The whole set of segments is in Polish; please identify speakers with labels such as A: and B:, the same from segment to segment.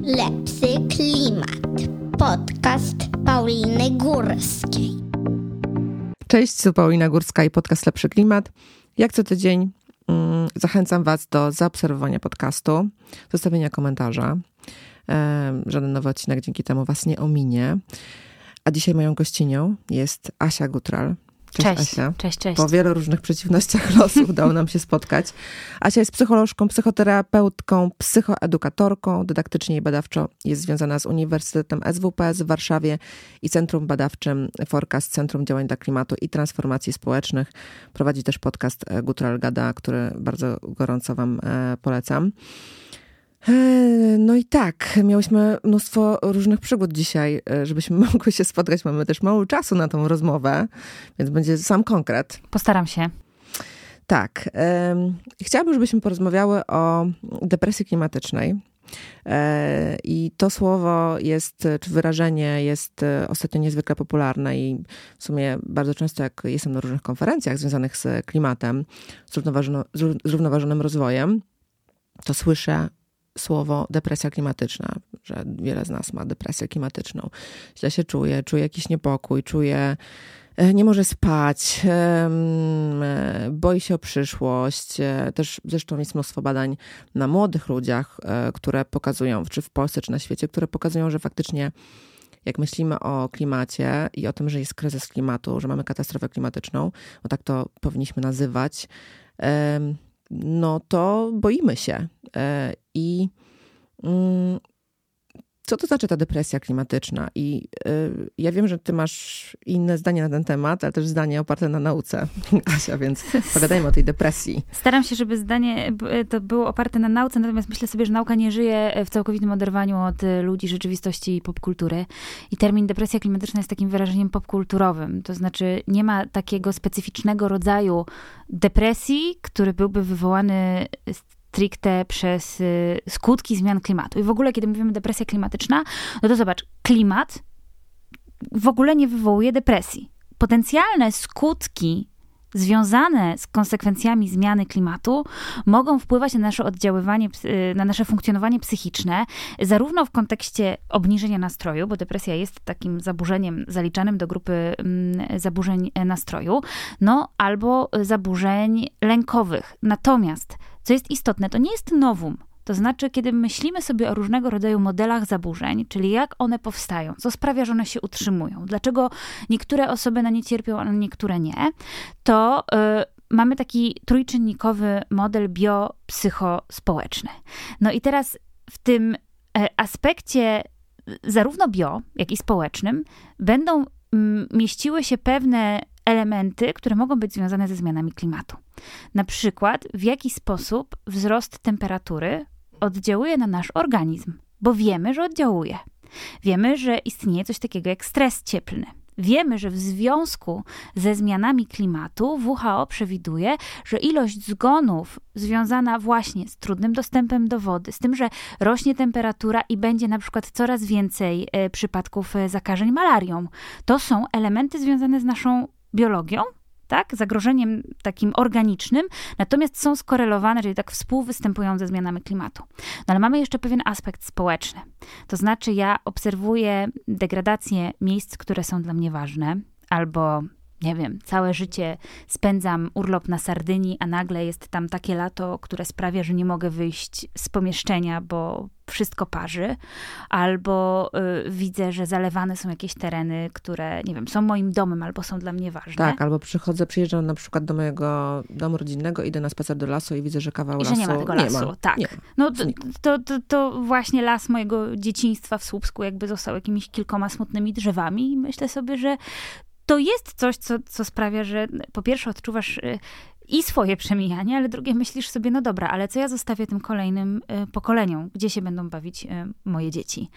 A: Lepszy klimat. Podcast Pauliny Górskiej.
B: Cześć, tu Paulina Górska i podcast Lepszy Klimat. Jak co tydzień zachęcam Was do zaobserwowania podcastu, zostawienia komentarza. Żaden nowy odcinek dzięki temu Was nie ominie. A dzisiaj moją gościnią jest Asia Gutral. Cześć Asia.
C: Cześć.
B: Po wielu różnych przeciwnościach losu udało nam się spotkać. Asia jest psycholożką, psychoterapeutką, psychoedukatorką. Dydaktycznie i badawczo jest związana z Uniwersytetem SWPS w Warszawie i Centrum Badawczym Forecast, Centrum Działań dla Klimatu i Transformacji Społecznych. Prowadzi też podcast Gutral Gada, który bardzo gorąco Wam polecam. No i tak, miałyśmy mnóstwo różnych przygód dzisiaj, żebyśmy mogły się spotkać. Mamy też mało czasu na tą rozmowę, więc będzie sam konkret.
C: Postaram się.
B: Tak. Chciałabym, żebyśmy porozmawiały o depresji klimatycznej. I to słowo jest, czy wyrażenie jest ostatnio niezwykle popularne i w sumie bardzo często, jak jestem na różnych konferencjach związanych z klimatem, zrównoważonym rozwojem, to słyszę słowo depresja klimatyczna, że wiele z nas ma depresję klimatyczną. Źle się czuje jakiś niepokój, nie może spać, boi się o przyszłość. Też zresztą jest mnóstwo badań na młodych ludziach, które pokazują, czy w Polsce, czy na świecie, które pokazują, że faktycznie jak myślimy o klimacie i o tym, że jest kryzys klimatu, że mamy katastrofę klimatyczną, bo tak to powinniśmy nazywać, no to boimy się. I co to znaczy ta depresja klimatyczna? I ja wiem, że ty masz inne zdanie na ten temat, ale też zdanie oparte na nauce, Asia, więc pogadajmy o tej depresji.
C: Staram się, żeby zdanie to było oparte na nauce, natomiast myślę sobie, że nauka nie żyje w całkowitym oderwaniu od ludzi, rzeczywistości i popkultury. I termin depresja klimatyczna jest takim wyrażeniem popkulturowym. To znaczy nie ma takiego specyficznego rodzaju depresji, który byłby wywołany stricte przez skutki zmian klimatu. I w ogóle, kiedy mówimy depresja klimatyczna, no to zobacz, klimat w ogóle nie wywołuje depresji. Potencjalne skutki związane z konsekwencjami zmiany klimatu mogą wpływać na nasze oddziaływanie, na nasze funkcjonowanie psychiczne, zarówno w kontekście obniżenia nastroju, bo depresja jest takim zaburzeniem zaliczanym do grupy zaburzeń nastroju, no albo zaburzeń lękowych. Natomiast, co jest istotne, to nie jest nowum. To znaczy, kiedy myślimy sobie o różnego rodzaju modelach zaburzeń, czyli jak one powstają, co sprawia, że one się utrzymują, dlaczego niektóre osoby na nie cierpią, a niektóre nie, to mamy taki trójczynnikowy model biopsychospołeczny. No i teraz w tym aspekcie zarówno bio, jak i społecznym będą mieściły się pewne elementy, które mogą być związane ze zmianami klimatu. Na przykład, w jaki sposób wzrost temperatury oddziałuje na nasz organizm, bo wiemy, że oddziałuje. Wiemy, że istnieje coś takiego jak stres cieplny. Wiemy, że w związku ze zmianami klimatu WHO przewiduje, że ilość zgonów związana właśnie z trudnym dostępem do wody, z tym, że rośnie temperatura i będzie na przykład coraz więcej przypadków zakażeń malarią, to są elementy związane z naszą biologią, tak, zagrożeniem takim organicznym, natomiast są skorelowane, czyli tak współwystępują ze zmianami klimatu. No ale mamy jeszcze pewien aspekt społeczny. To znaczy ja obserwuję degradację miejsc, które są dla mnie ważne, albo nie wiem, całe życie spędzam urlop na Sardynii, a nagle jest tam takie lato, które sprawia, że nie mogę wyjść z pomieszczenia, bo wszystko parzy, albo widzę, że zalewane są jakieś tereny, które, nie wiem, są moim domem, albo są dla mnie ważne.
B: Tak, albo przyjeżdżam na przykład do mojego domu rodzinnego, idę na spacer do lasu i widzę, że kawał lasu
C: nie ma tego lasu. Tak.
B: Nie.
C: No to właśnie las mojego dzieciństwa w Słupsku jakby został jakimiś kilkoma smutnymi drzewami i myślę sobie, że to jest coś, co sprawia, że po pierwsze odczuwasz i swoje przemijanie, ale drugie myślisz sobie, no dobra, ale co ja zostawię tym kolejnym pokoleniom? Gdzie się będą bawić moje dzieci?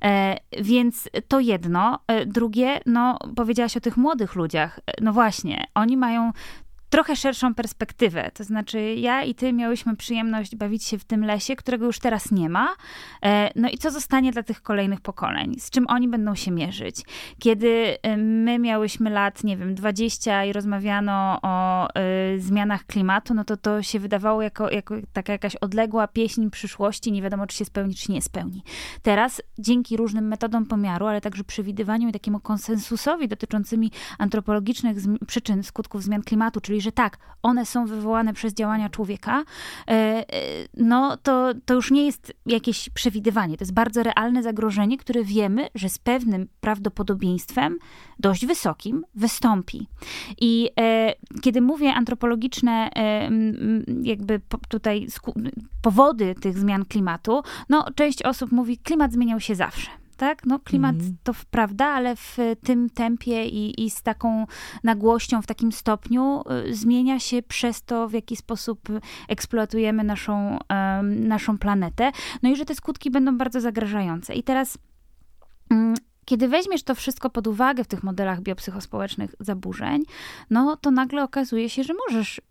C: Więc to jedno. Drugie, no powiedziałaś o tych młodych ludziach. No właśnie, oni mają trochę szerszą perspektywę. To znaczy ja i ty miałyśmy przyjemność bawić się w tym lesie, którego już teraz nie ma. No i co zostanie dla tych kolejnych pokoleń? Z czym oni będą się mierzyć? Kiedy my miałyśmy lat, 20 i rozmawiano o zmianach klimatu, no to się wydawało jako taka jakaś odległa pieśń przyszłości, nie wiadomo, czy się spełni, czy nie spełni. Teraz dzięki różnym metodom pomiaru, ale także przewidywaniu i takiemu konsensusowi dotyczącymi antropologicznych przyczyn skutków zmian klimatu, czyli że tak, one są wywołane przez działania człowieka, no to już nie jest jakieś przewidywanie. To jest bardzo realne zagrożenie, które wiemy, że z pewnym prawdopodobieństwem, dość wysokim, wystąpi. I kiedy mówię antropologiczne jakby tutaj powody tych zmian klimatu, no część osób mówi, klimat zmieniał się zawsze. Tak? No, klimat to prawda, ale w tym tempie i z taką nagłością, w takim stopniu zmienia się przez to, w jaki sposób eksploatujemy naszą planetę. No i że te skutki będą bardzo zagrażające. I teraz kiedy weźmiesz to wszystko pod uwagę w tych modelach biopsychospołecznych zaburzeń, no to nagle okazuje się, że możesz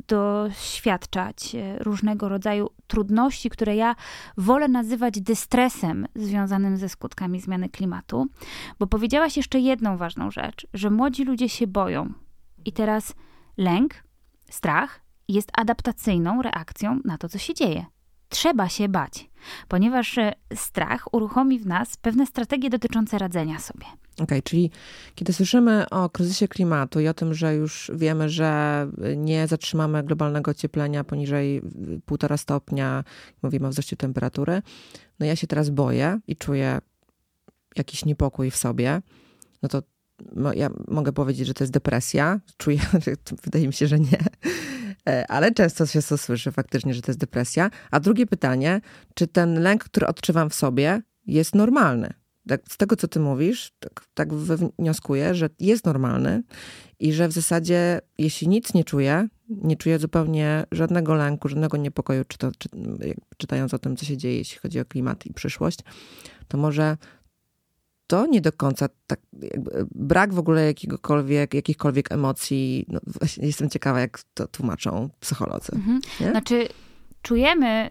C: doświadczać różnego rodzaju trudności, które ja wolę nazywać dystresem związanym ze skutkami zmiany klimatu, bo powiedziałaś jeszcze jedną ważną rzecz, że młodzi ludzie się boją. I teraz lęk, strach jest adaptacyjną reakcją na to, co się dzieje. Trzeba się bać, ponieważ strach uruchomi w nas pewne strategie dotyczące radzenia sobie.
B: Okej, czyli kiedy słyszymy o kryzysie klimatu i o tym, że już wiemy, że nie zatrzymamy globalnego ocieplenia poniżej 1,5 stopnia, mówimy o wzroście temperatury, no ja się teraz boję i czuję jakiś niepokój w sobie, no to ja mogę powiedzieć, że to jest depresja. Czuję, wydaje mi się, że nie. Ale często się to słyszy faktycznie, że to jest depresja. A drugie pytanie, czy ten lęk, który odczuwam w sobie, jest normalny? Z tego, co ty mówisz, tak wnioskuję, że jest normalny i że w zasadzie, jeśli nic nie czuję zupełnie żadnego lęku, żadnego niepokoju, czytając o tym, co się dzieje, jeśli chodzi o klimat i przyszłość, to może to nie do końca tak, brak w ogóle jakichkolwiek emocji. No właśnie jestem ciekawa, jak to tłumaczą psycholodzy.
C: Znaczy, czujemy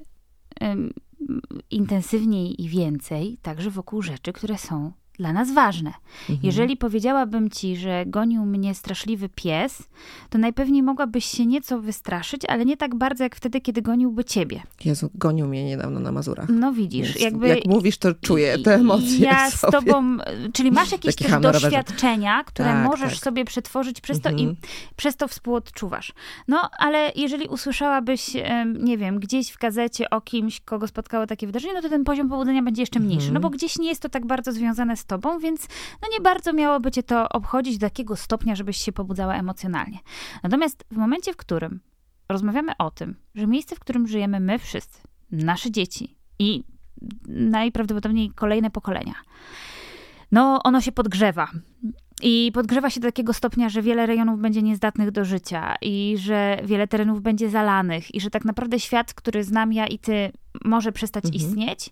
C: intensywniej i więcej także wokół rzeczy, które są dla nas ważne. Jeżeli powiedziałabym ci, że gonił mnie straszliwy pies, to najpewniej mogłabyś się nieco wystraszyć, ale nie tak bardzo jak wtedy, kiedy goniłby ciebie.
B: Jezu, gonił mnie niedawno na Mazurach.
C: No widzisz.
B: Jak mówisz, to czuję te emocje
C: ja z tobą, czyli masz jakieś też doświadczenia, które możesz sobie przetworzyć przez to i przez to współodczuwasz. No, ale jeżeli usłyszałabyś, nie wiem, gdzieś w gazecie o kimś, kogo spotkało takie wydarzenie, no to ten poziom pobudzenia będzie jeszcze mniejszy. No bo gdzieś nie jest to tak bardzo związane z tobą, więc no nie bardzo miałoby cię to obchodzić do takiego stopnia, żebyś się pobudzała emocjonalnie. Natomiast w momencie, w którym rozmawiamy o tym, że miejsce, w którym żyjemy my wszyscy, nasze dzieci i najprawdopodobniej kolejne pokolenia, no ono się podgrzewa. I podgrzewa się do takiego stopnia, że wiele rejonów będzie niezdatnych do życia i że wiele terenów będzie zalanych i że tak naprawdę świat, który znam ja i ty, może przestać istnieć,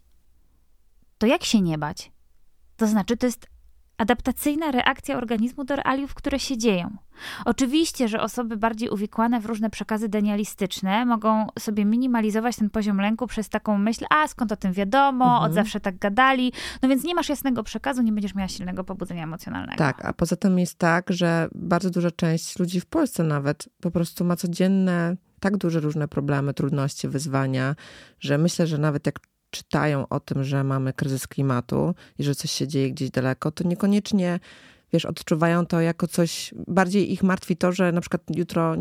C: to jak się nie bać? To znaczy, to jest adaptacyjna reakcja organizmu do realiów, które się dzieją. Oczywiście, że osoby bardziej uwikłane w różne przekazy denialistyczne mogą sobie minimalizować ten poziom lęku przez taką myśl, a skąd o tym wiadomo, od zawsze tak gadali, no więc nie masz jasnego przekazu, nie będziesz miała silnego pobudzenia emocjonalnego.
B: Tak, a poza tym jest tak, że bardzo duża część ludzi w Polsce nawet po prostu ma codzienne tak duże różne problemy, trudności, wyzwania, że myślę, że nawet jak czytają o tym, że mamy kryzys klimatu i że coś się dzieje gdzieś daleko, to niekoniecznie, odczuwają to jako coś, bardziej ich martwi to, że na przykład na jutro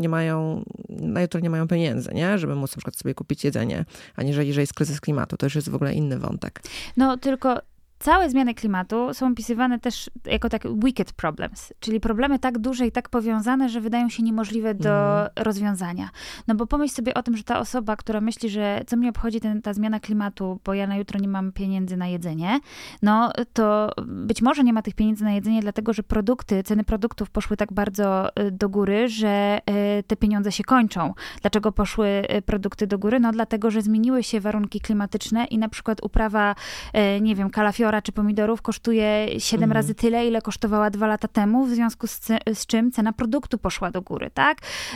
B: nie mają pieniędzy, nie? Żeby móc na przykład sobie kupić jedzenie, aniżeli, że jest kryzys klimatu. To już jest w ogóle inny wątek.
C: No tylko całe zmiany klimatu są opisywane też jako tak wicked problems, czyli problemy tak duże i tak powiązane, że wydają się niemożliwe do rozwiązania. No bo pomyśl sobie o tym, że ta osoba, która myśli, że co mnie obchodzi ta zmiana klimatu, bo ja na jutro nie mam pieniędzy na jedzenie, no to być może nie ma tych pieniędzy na jedzenie, dlatego że ceny produktów poszły tak bardzo do góry, że te pieniądze się kończą. Dlaczego poszły produkty do góry? No dlatego, że zmieniły się warunki klimatyczne i na przykład uprawa, nie wiem, kalafiora pomidora czy pomidorów kosztuje 7 razy tyle, ile kosztowała 2 lata temu, w związku z czym cena produktu poszła do góry, tak?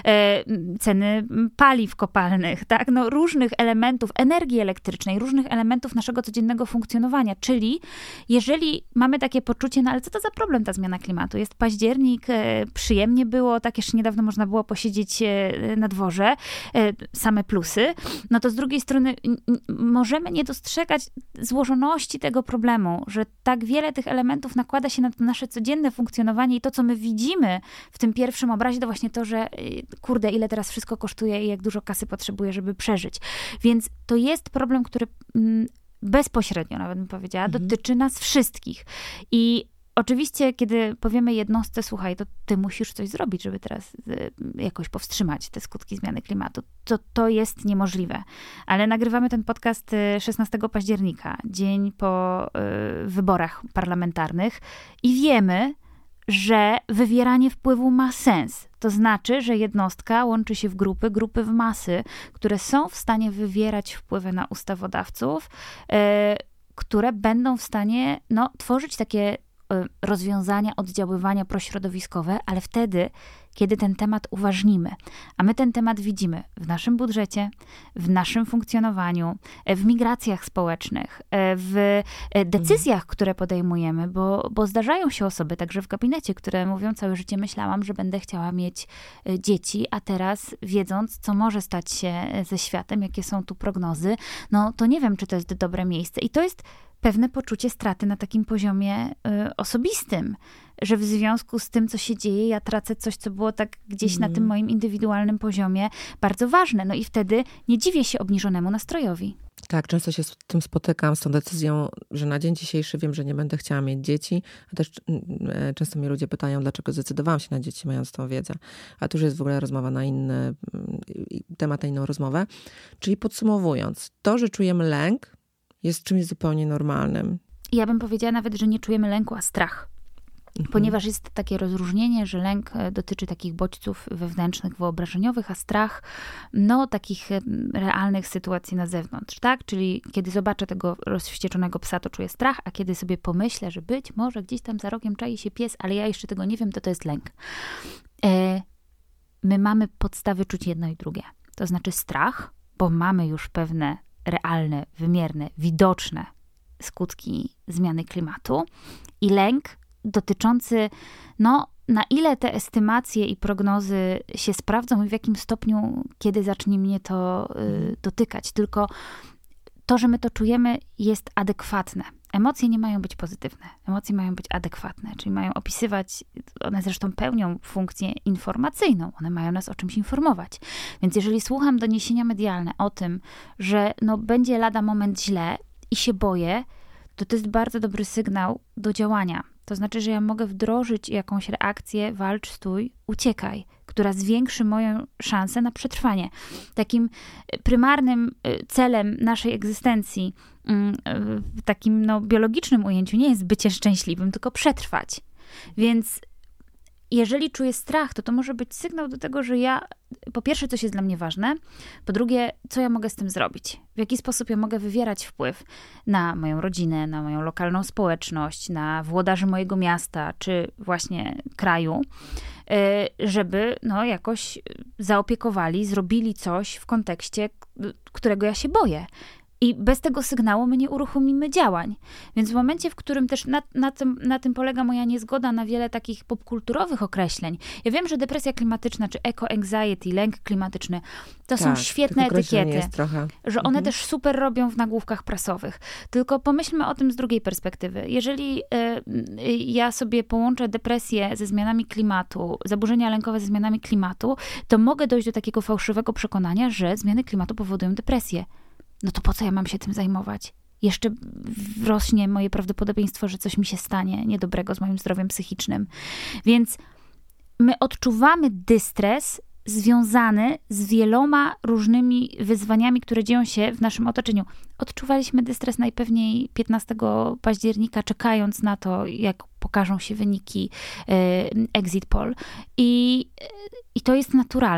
C: Ceny paliw kopalnych, tak? No, różnych elementów, energii elektrycznej, różnych elementów naszego codziennego funkcjonowania. Czyli jeżeli mamy takie poczucie, no ale co to za problem ta zmiana klimatu? Jest październik, przyjemnie było, tak jeszcze niedawno można było posiedzieć na dworze, same plusy, no to z drugiej strony możemy nie dostrzegać złożoności tego problemu, że tak wiele tych elementów nakłada się na to nasze codzienne funkcjonowanie i to, co my widzimy w tym pierwszym obrazie, to właśnie to, że kurde, ile teraz wszystko kosztuje i jak dużo kasy potrzebuję, żeby przeżyć. Więc to jest problem, który bezpośrednio, nawet bym powiedziała, dotyczy nas wszystkich. I oczywiście, kiedy powiemy jednostce, słuchaj, to ty musisz coś zrobić, żeby teraz jakoś powstrzymać te skutki zmiany klimatu, to jest niemożliwe. Ale nagrywamy ten podcast 16 października, dzień po wyborach parlamentarnych i wiemy, że wywieranie wpływu ma sens. To znaczy, że jednostka łączy się w grupy w masy, które są w stanie wywierać wpływy na ustawodawców, które będą w stanie tworzyć takie rozwiązania, oddziaływania prośrodowiskowe, ale wtedy, kiedy ten temat uważnimy. A my ten temat widzimy w naszym budżecie, w naszym funkcjonowaniu, w migracjach społecznych, w decyzjach, które podejmujemy, bo zdarzają się osoby, także w gabinecie, które mówią, całe życie myślałam, że będę chciała mieć dzieci, a teraz wiedząc, co może stać się ze światem, jakie są tu prognozy, no to nie wiem, czy to jest dobre miejsce. I to jest pewne poczucie straty na takim poziomie osobistym, że w związku z tym, co się dzieje, ja tracę coś, co było tak gdzieś na tym moim indywidualnym poziomie bardzo ważne. No i wtedy nie dziwię się obniżonemu nastrojowi.
B: Tak, często się z tym spotykam, z tą decyzją, że na dzień dzisiejszy wiem, że nie będę chciała mieć dzieci, a też często mnie ludzie pytają, dlaczego zdecydowałam się na dzieci, mając tą wiedzę. A tu już jest w ogóle rozmowa na inny temat, na inną rozmowę. Czyli podsumowując, to, że czujemy lęk, jest czymś zupełnie normalnym.
C: Ja bym powiedziała nawet, że nie czujemy lęku, a strach. Ponieważ jest takie rozróżnienie, że lęk dotyczy takich bodźców wewnętrznych, wyobrażeniowych, a strach, takich realnych sytuacji na zewnątrz, tak? Czyli kiedy zobaczę tego rozwścieczonego psa, to czuję strach, a kiedy sobie pomyślę, że być może gdzieś tam za rogiem czai się pies, ale ja jeszcze tego nie wiem, to jest lęk. My mamy podstawy czuć jedno i drugie. To znaczy strach, bo mamy już pewne realne, wymierne, widoczne skutki zmiany klimatu i lęk dotyczący, na ile te estymacje i prognozy się sprawdzą i w jakim stopniu, kiedy zacznie mnie to dotykać. Tylko to, że my to czujemy, jest adekwatne. Emocje nie mają być pozytywne. Emocje mają być adekwatne, czyli mają opisywać, one zresztą pełnią funkcję informacyjną. One mają nas o czymś informować. Więc jeżeli słucham doniesienia medialne o tym, że będzie lada moment źle i się boję, to jest bardzo dobry sygnał do działania. To znaczy, że ja mogę wdrożyć jakąś reakcję, walcz, stój, uciekaj, która zwiększy moją szansę na przetrwanie. Takim prymarnym celem naszej egzystencji, w takim biologicznym ujęciu, nie jest bycie szczęśliwym, tylko przetrwać. Więc jeżeli czuję strach, to może być sygnał do tego, że ja, po pierwsze, coś jest dla mnie ważne, po drugie, co ja mogę z tym zrobić? W jaki sposób ja mogę wywierać wpływ na moją rodzinę, na moją lokalną społeczność, na włodarzy mojego miasta, czy właśnie kraju, żeby jakoś zaopiekowali, zrobili coś w kontekście, którego ja się boję. I bez tego sygnału my nie uruchomimy działań. Więc w momencie, w którym też na tym polega moja niezgoda na wiele takich popkulturowych określeń. Ja wiem, że depresja klimatyczna, czy eco-anxiety, lęk klimatyczny, to są świetne etykiety. Że one też super robią w nagłówkach prasowych. Tylko pomyślmy o tym z drugiej perspektywy. Jeżeli ja sobie połączę depresję ze zmianami klimatu, zaburzenia lękowe ze zmianami klimatu, to mogę dojść do takiego fałszywego przekonania, że zmiany klimatu powodują depresję. No to po co ja mam się tym zajmować? Jeszcze rośnie moje prawdopodobieństwo, że coś mi się stanie niedobrego z moim zdrowiem psychicznym. Więc my odczuwamy dystres związany z wieloma różnymi wyzwaniami, które dzieją się w naszym otoczeniu. Odczuwaliśmy dystres najpewniej 15 października, czekając na to, jak pokażą się wyniki exit poll. I to jest naturalne.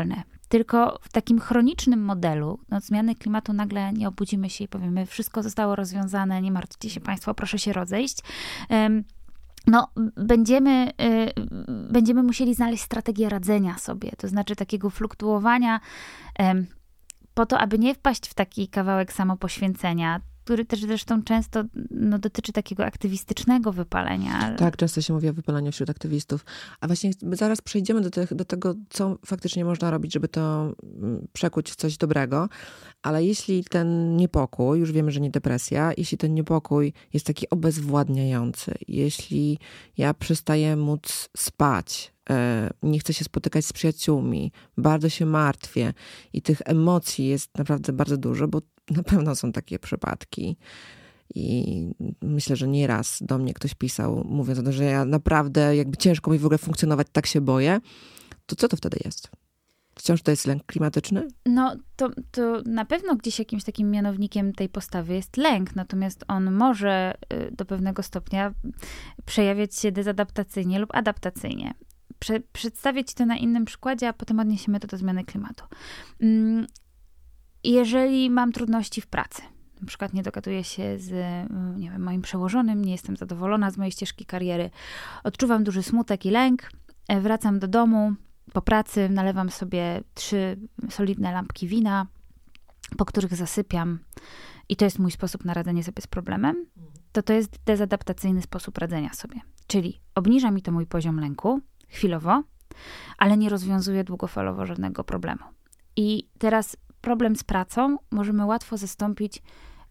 C: Tylko w takim chronicznym modelu, no, zmiany klimatu nagle nie obudzimy się i powiemy, wszystko zostało rozwiązane, nie martwcie się państwo, proszę się rozejść. No, będziemy musieli znaleźć strategię radzenia sobie, to znaczy takiego fluktuowania po to, aby nie wpaść w taki kawałek samopoświęcenia, który też zresztą często dotyczy takiego aktywistycznego wypalenia.
B: Tak, często się mówi o wypalaniu wśród aktywistów. A właśnie zaraz przejdziemy do tego, co faktycznie można robić, żeby to przekuć w coś dobrego. Ale jeśli ten niepokój, już wiemy, że nie depresja, jeśli ten niepokój jest taki obezwładniający, jeśli ja przestaję móc spać, nie chcę się spotykać z przyjaciółmi, bardzo się martwię i tych emocji jest naprawdę bardzo dużo, bo na pewno są takie przypadki. I myślę, że nieraz do mnie ktoś pisał, mówiąc o tym, że ja naprawdę jakby ciężko mi w ogóle funkcjonować, tak się boję. To co to wtedy jest? Wciąż to jest lęk klimatyczny?
C: No, to na pewno gdzieś jakimś takim mianownikiem tej postawy jest lęk, natomiast on może do pewnego stopnia przejawiać się dezadaptacyjnie lub adaptacyjnie. Przedstawię ci to na innym przykładzie, a potem odniesiemy to do zmiany klimatu. Jeżeli mam trudności w pracy, na przykład nie dogaduję się z moim przełożonym, nie jestem zadowolona z mojej ścieżki kariery, odczuwam duży smutek i lęk, wracam do domu po pracy, nalewam sobie 3 solidne lampki wina, po których zasypiam i to jest mój sposób na radzenie sobie z problemem, to jest dezadaptacyjny sposób radzenia sobie. Czyli obniża mi to mój poziom lęku chwilowo, ale nie rozwiązuje długofalowo żadnego problemu. I teraz problem z pracą możemy łatwo zastąpić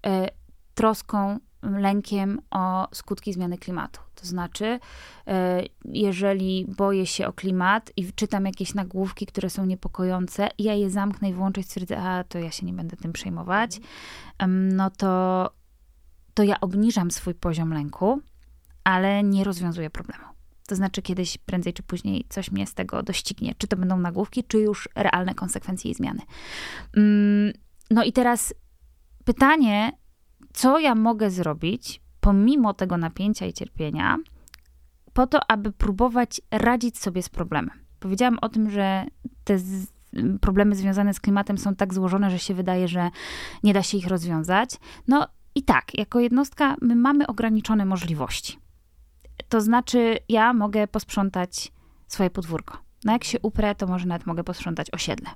C: troską, lękiem o skutki zmiany klimatu. To znaczy, jeżeli boję się o klimat i czytam jakieś nagłówki, które są niepokojące, i ja je zamknę i włączę i stwierdzę, to ja się nie będę tym przejmować, no to ja obniżam swój poziom lęku, ale nie rozwiązuję problemu. To znaczy kiedyś, prędzej czy później coś mnie z tego doścignie. Czy to będą nagłówki, czy już realne konsekwencje i zmiany. No i teraz pytanie, co ja mogę zrobić pomimo tego napięcia i cierpienia po to, aby próbować radzić sobie z problemem. Powiedziałam o tym, że te problemy związane z klimatem są tak złożone, że się wydaje, że nie da się ich rozwiązać. No i tak, jako jednostka my mamy ograniczone możliwości. To znaczy, ja mogę posprzątać swoje podwórko. No jak się uprę, to może nawet mogę posprzątać osiedle.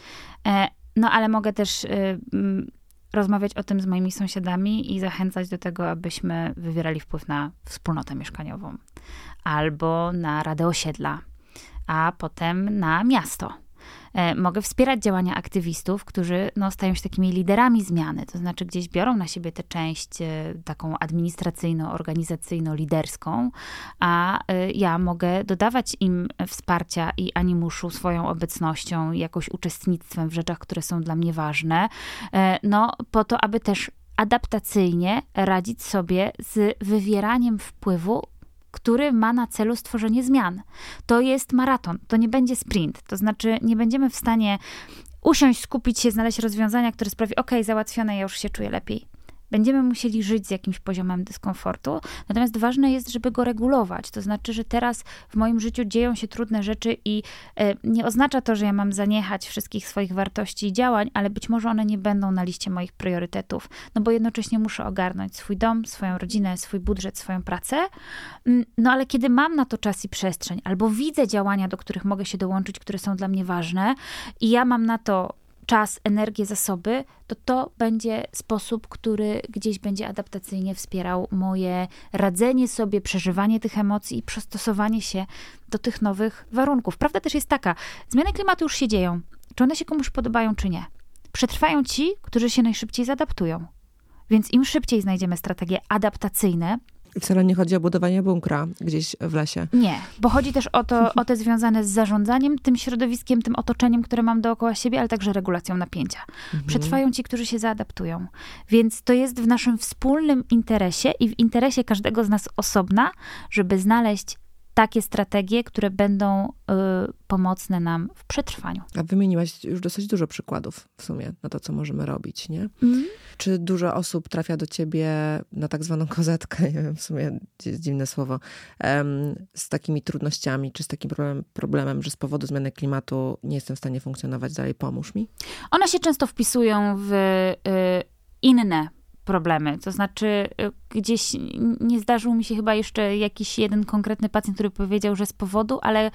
C: No ale mogę też rozmawiać o tym z moimi sąsiadami i zachęcać do tego, abyśmy wywierali wpływ na wspólnotę mieszkaniową. Albo na radę osiedla, a potem na miasto. Mogę wspierać działania aktywistów, którzy stają się takimi liderami zmiany, to znaczy gdzieś biorą na siebie tę część taką administracyjno-organizacyjno-liderską, a ja mogę dodawać im wsparcia i animuszu swoją obecnością, jakoś uczestnictwem w rzeczach, które są dla mnie ważne, po to, aby też adaptacyjnie radzić sobie z wywieraniem wpływu, który ma na celu stworzenie zmian. To jest maraton, to nie będzie sprint. To znaczy nie będziemy w stanie usiąść, skupić się, znaleźć rozwiązania, które sprawi, załatwione, ja już się czuję lepiej. Będziemy musieli żyć z jakimś poziomem dyskomfortu, natomiast ważne jest, żeby go regulować. To znaczy, że teraz w moim życiu dzieją się trudne rzeczy i nie oznacza to, że ja mam zaniechać wszystkich swoich wartości i działań, ale być może one nie będą na liście moich priorytetów, bo jednocześnie muszę ogarnąć swój dom, swoją rodzinę, swój budżet, swoją pracę. No ale kiedy mam na to czas i przestrzeń, albo widzę działania, do których mogę się dołączyć, które są dla mnie ważne i ja mam na to czas, energię, zasoby, to będzie sposób, który gdzieś będzie adaptacyjnie wspierał moje radzenie sobie, przeżywanie tych emocji i przystosowanie się do tych nowych warunków. Prawda też jest taka, zmiany klimatu już się dzieją. Czy one się komuś podobają, czy nie? Przetrwają ci, którzy się najszybciej zaadaptują. Więc im szybciej znajdziemy strategie adaptacyjne.
B: I wcale nie chodzi o budowanie bunkra gdzieś w lesie.
C: Nie, bo chodzi też o te związane z zarządzaniem tym środowiskiem, tym otoczeniem, które mam dookoła siebie, ale także regulacją napięcia. Przetrwają ci, którzy się zaadaptują. Więc to jest w naszym wspólnym interesie i w interesie każdego z nas osobna, żeby znaleźć takie strategie, które będą pomocne nam w przetrwaniu.
B: A wymieniłaś już dosyć dużo przykładów w sumie na to, co możemy robić, nie? Czy dużo osób trafia do ciebie na tak zwaną kozetkę, nie wiem, w sumie jest dziwne słowo, z takimi trudnościami, czy z takim problemem, że z powodu zmiany klimatu nie jestem w stanie funkcjonować dalej, pomóż mi?
C: One się często wpisują w inne problemy. To znaczy gdzieś nie zdarzył mi się chyba jeszcze jakiś jeden konkretny pacjent, który powiedział, że z powodu, ale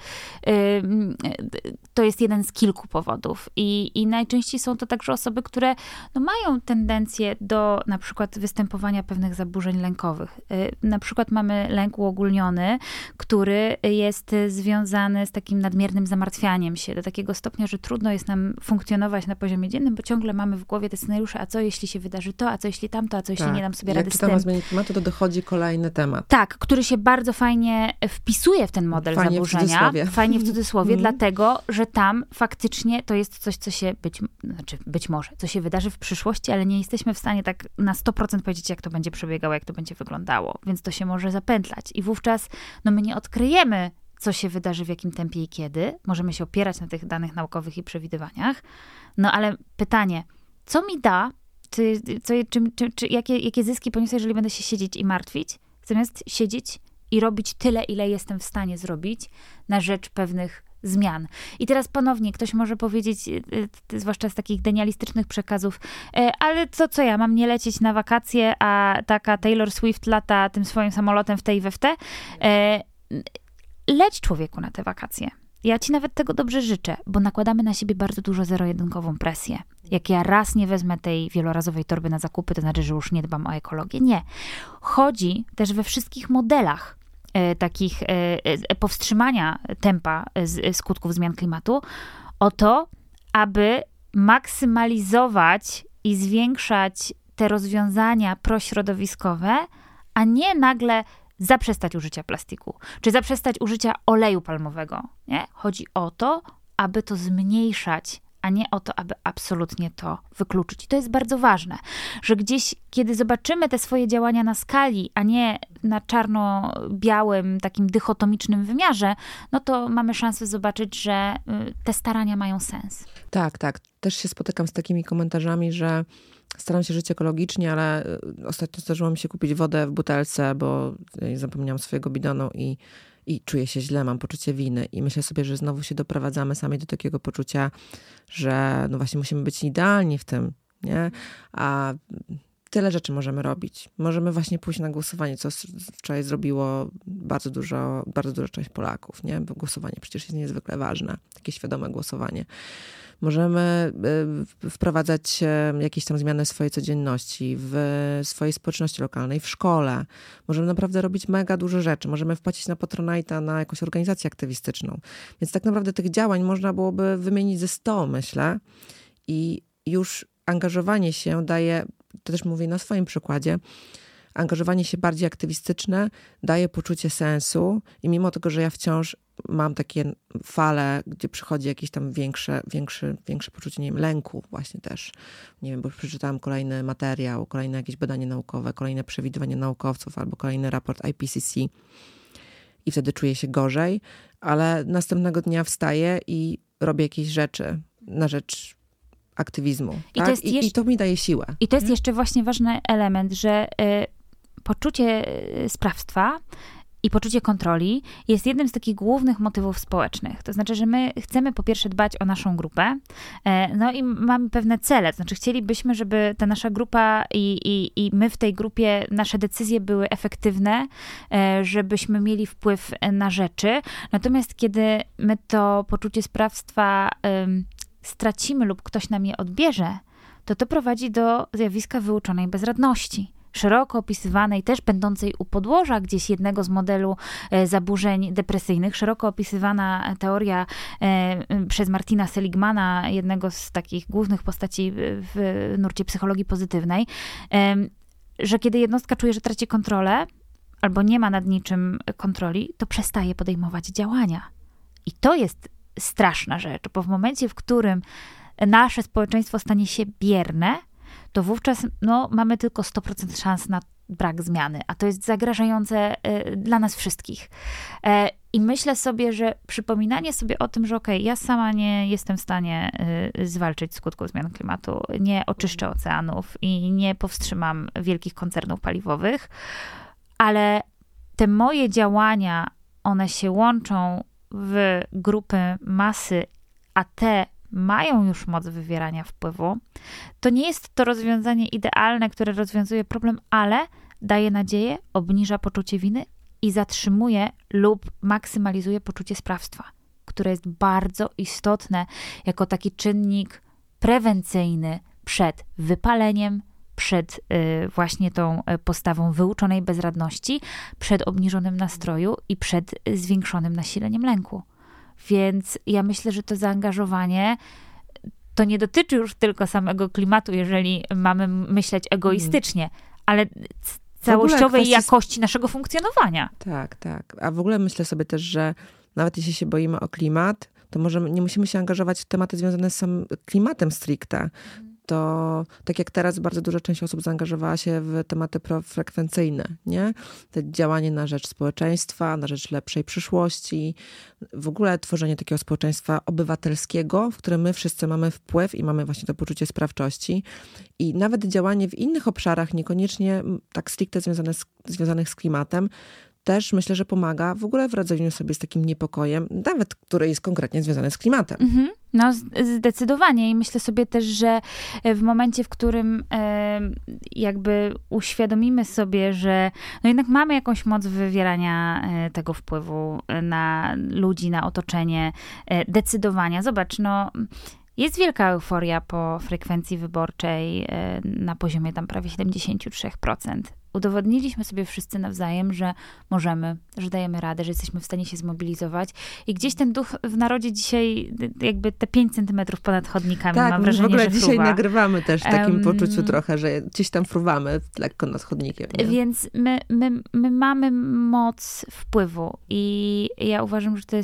C: to jest jeden z kilku powodów. I najczęściej są to także osoby, które mają tendencję do na przykład występowania pewnych zaburzeń lękowych. Na przykład mamy lęk uogólniony, który jest związany z takim nadmiernym zamartwianiem się do takiego stopnia, że trudno jest nam funkcjonować na poziomie dziennym, bo ciągle mamy w głowie te scenariusze, a co jeśli się wydarzy to, a co jeśli tamto, a co jeśli nie dam sobie rady z tym.
B: Jak czytam o zmianie klimatu, to dochodzi kolejny temat.
C: Tak, który się bardzo fajnie wpisuje w ten model zaburzenia. Fajnie w cudzysłowie, dlatego, że tam faktycznie to jest coś, co się być może, co się wydarzy w przyszłości, ale nie jesteśmy w stanie tak na 100% powiedzieć, jak to będzie przebiegało, jak to będzie wyglądało. Więc to się może zapętlać. I wówczas my nie odkryjemy, co się wydarzy, w jakim tempie i kiedy. Możemy się opierać na tych danych naukowych i przewidywaniach. Ale pytanie, co mi da, jakie zyski poniosę, jeżeli będę się siedzieć i martwić, zamiast siedzieć i robić tyle, ile jestem w stanie zrobić na rzecz pewnych zmian. I teraz ponownie ktoś może powiedzieć, zwłaszcza z takich denialistycznych przekazów, ale co ja, mam nie lecieć na wakacje, a taka Taylor Swift lata tym swoim samolotem w te i we w te? Leć, człowieku, na te wakacje. Ja ci nawet tego dobrze życzę, bo nakładamy na siebie bardzo dużo zero-jedynkową presję. Jak ja raz nie wezmę tej wielorazowej torby na zakupy, to znaczy, że już nie dbam o ekologię. Nie. Chodzi też we wszystkich modelach takich powstrzymania tempa skutków zmian klimatu o to, aby maksymalizować i zwiększać te rozwiązania prośrodowiskowe, a nie nagle zaprzestać użycia plastiku, czy zaprzestać użycia oleju palmowego. Nie? Chodzi o to, aby to zmniejszać, a nie o to, aby absolutnie to wykluczyć. I to jest bardzo ważne, że gdzieś, kiedy zobaczymy te swoje działania na skali, a nie na czarno-białym, takim dychotomicznym wymiarze, to mamy szansę zobaczyć, że te starania mają sens.
B: Tak. Też się spotykam z takimi komentarzami, że staram się żyć ekologicznie, ale ostatnio zdarzyło mi się kupić wodę w butelce, bo zapomniałam swojego bidonu i czuję się źle, mam poczucie winy. I myślę sobie, że znowu się doprowadzamy sami do takiego poczucia, że właśnie musimy być idealni w tym, nie? A tyle rzeczy możemy robić. Możemy właśnie pójść na głosowanie, co wczoraj zrobiło bardzo duża część Polaków, nie? Bo głosowanie przecież jest niezwykle ważne. Takie świadome głosowanie. Możemy wprowadzać jakieś tam zmiany w swojej codzienności, w swojej społeczności lokalnej, w szkole. Możemy naprawdę robić mega dużo rzeczy. Możemy wpłacić na Patronite'a, na jakąś organizację aktywistyczną. Więc tak naprawdę tych działań można byłoby wymienić ze 100, myślę. I już angażowanie się daje, to też mówię na swoim przykładzie, angażowanie się bardziej aktywistyczne daje poczucie sensu i mimo tego, że ja wciąż mam takie fale, gdzie przychodzi jakieś tam większe poczucie, nie wiem, lęku właśnie też. Nie wiem, bo przeczytałam kolejny materiał, kolejne jakieś badanie naukowe, kolejne przewidywanie naukowców albo kolejny raport IPCC i wtedy czuję się gorzej, ale następnego dnia wstaję i robię jakieś rzeczy na rzecz aktywizmu. Tak? I to mi daje siłę.
C: I to jest jeszcze właśnie ważny element, że poczucie sprawstwa i poczucie kontroli jest jednym z takich głównych motywów społecznych. To znaczy, że my chcemy po pierwsze dbać o naszą grupę, i mamy pewne cele. To znaczy, chcielibyśmy, żeby ta nasza grupa i my w tej grupie, nasze decyzje były efektywne, żebyśmy mieli wpływ na rzeczy. Natomiast kiedy my to poczucie sprawstwa stracimy lub ktoś nam je odbierze, to prowadzi do zjawiska wyuczonej bezradności. Szeroko opisywanej, też będącej u podłoża gdzieś jednego z modelu zaburzeń depresyjnych, szeroko opisywana teoria przez Martina Seligmana, jednego z takich głównych postaci w nurcie psychologii pozytywnej, że kiedy jednostka czuje, że traci kontrolę albo nie ma nad niczym kontroli, to przestaje podejmować działania. I to jest straszna rzecz, bo w momencie, w którym nasze społeczeństwo stanie się bierne, to wówczas mamy tylko 100% szans na brak zmiany, a to jest zagrażające dla nas wszystkich. I myślę sobie, że przypominanie sobie o tym, że ja sama nie jestem w stanie zwalczyć skutków zmian klimatu, nie oczyszczę oceanów i nie powstrzymam wielkich koncernów paliwowych, ale te moje działania, one się łączą w grupy masy, a te mają już moc wywierania wpływu, to nie jest to rozwiązanie idealne, które rozwiązuje problem, ale daje nadzieję, obniża poczucie winy i zatrzymuje lub maksymalizuje poczucie sprawstwa, które jest bardzo istotne jako taki czynnik prewencyjny przed wypaleniem, przed właśnie tą postawą wyuczonej bezradności, przed obniżonym nastroju i przed zwiększonym nasileniem lęku. Więc ja myślę, że to zaangażowanie to nie dotyczy już tylko samego klimatu, jeżeli mamy myśleć egoistycznie, ale całościowej jakości naszego funkcjonowania.
B: Tak, tak. A w ogóle myślę sobie też, że nawet jeśli się boimy o klimat, to może nie musimy się angażować w tematy związane z samym klimatem stricte. To tak jak teraz bardzo duża część osób zaangażowała się w tematy profrekwencyjne, nie? To działanie na rzecz społeczeństwa, na rzecz lepszej przyszłości, w ogóle tworzenie takiego społeczeństwa obywatelskiego, w którym my wszyscy mamy wpływ i mamy właśnie to poczucie sprawczości. I nawet działanie w innych obszarach, niekoniecznie tak stricte związanych z klimatem, też myślę, że pomaga w ogóle w radzeniu sobie z takim niepokojem, nawet który jest konkretnie związany z klimatem.
C: No zdecydowanie i myślę sobie też, że w momencie, w którym jakby uświadomimy sobie, że no jednak mamy jakąś moc wywierania tego wpływu na ludzi, na otoczenie, decydowania. Zobacz, no jest wielka euforia po frekwencji wyborczej na poziomie tam prawie 73%. Udowodniliśmy sobie wszyscy nawzajem, że możemy, że dajemy radę, że jesteśmy w stanie się zmobilizować. I gdzieś ten duch w narodzie dzisiaj jakby te 5 centymetrów ponad chodnikami,
B: tak,
C: mam wrażenie,
B: w ogóle
C: że
B: dzisiaj
C: fruwa.
B: nagrywamy też w takim poczuciu trochę, że gdzieś tam fruwamy lekko nad chodnikiem. Nie?
C: Więc my mamy moc wpływu i ja uważam, że to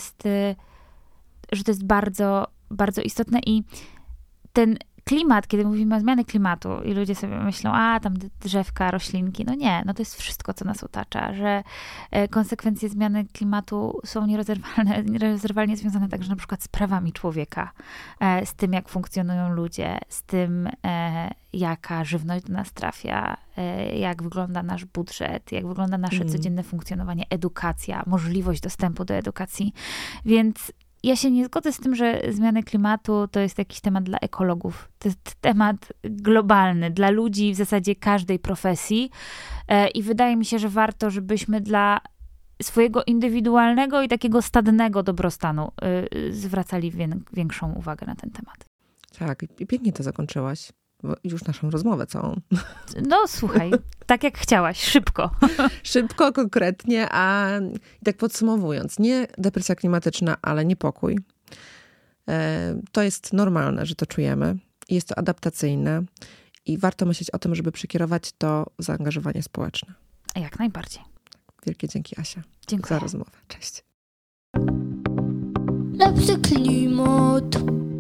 C: jest bardzo, bardzo istotne i ten klimat, kiedy mówimy o zmianie klimatu i ludzie sobie myślą, tam drzewka, roślinki. No nie, no to jest wszystko, co nas otacza, że konsekwencje zmiany klimatu są nierozerwalnie związane także na przykład z prawami człowieka, z tym, jak funkcjonują ludzie, z tym, jaka żywność do nas trafia, jak wygląda nasz budżet, jak wygląda nasze codzienne funkcjonowanie, edukacja, możliwość dostępu do edukacji. Więc ja się nie zgodzę z tym, że zmiany klimatu to jest jakiś temat dla ekologów. To jest temat globalny, dla ludzi w zasadzie każdej profesji. I wydaje mi się, że warto, żebyśmy dla swojego indywidualnego i takiego stadnego dobrostanu zwracali większą uwagę na ten temat.
B: Tak, i pięknie to zakończyłaś. Już naszą rozmowę całą.
C: No słuchaj, tak jak chciałaś, szybko.
B: Szybko, konkretnie, a tak podsumowując, nie depresja klimatyczna, ale niepokój. To jest normalne, że to czujemy. Jest to adaptacyjne i warto myśleć o tym, żeby przekierować to w zaangażowanie społeczne.
C: Jak najbardziej.
B: Wielkie dzięki, Asia.
C: Dziękuję
B: Za rozmowę. Cześć.
A: Lepszy klimat.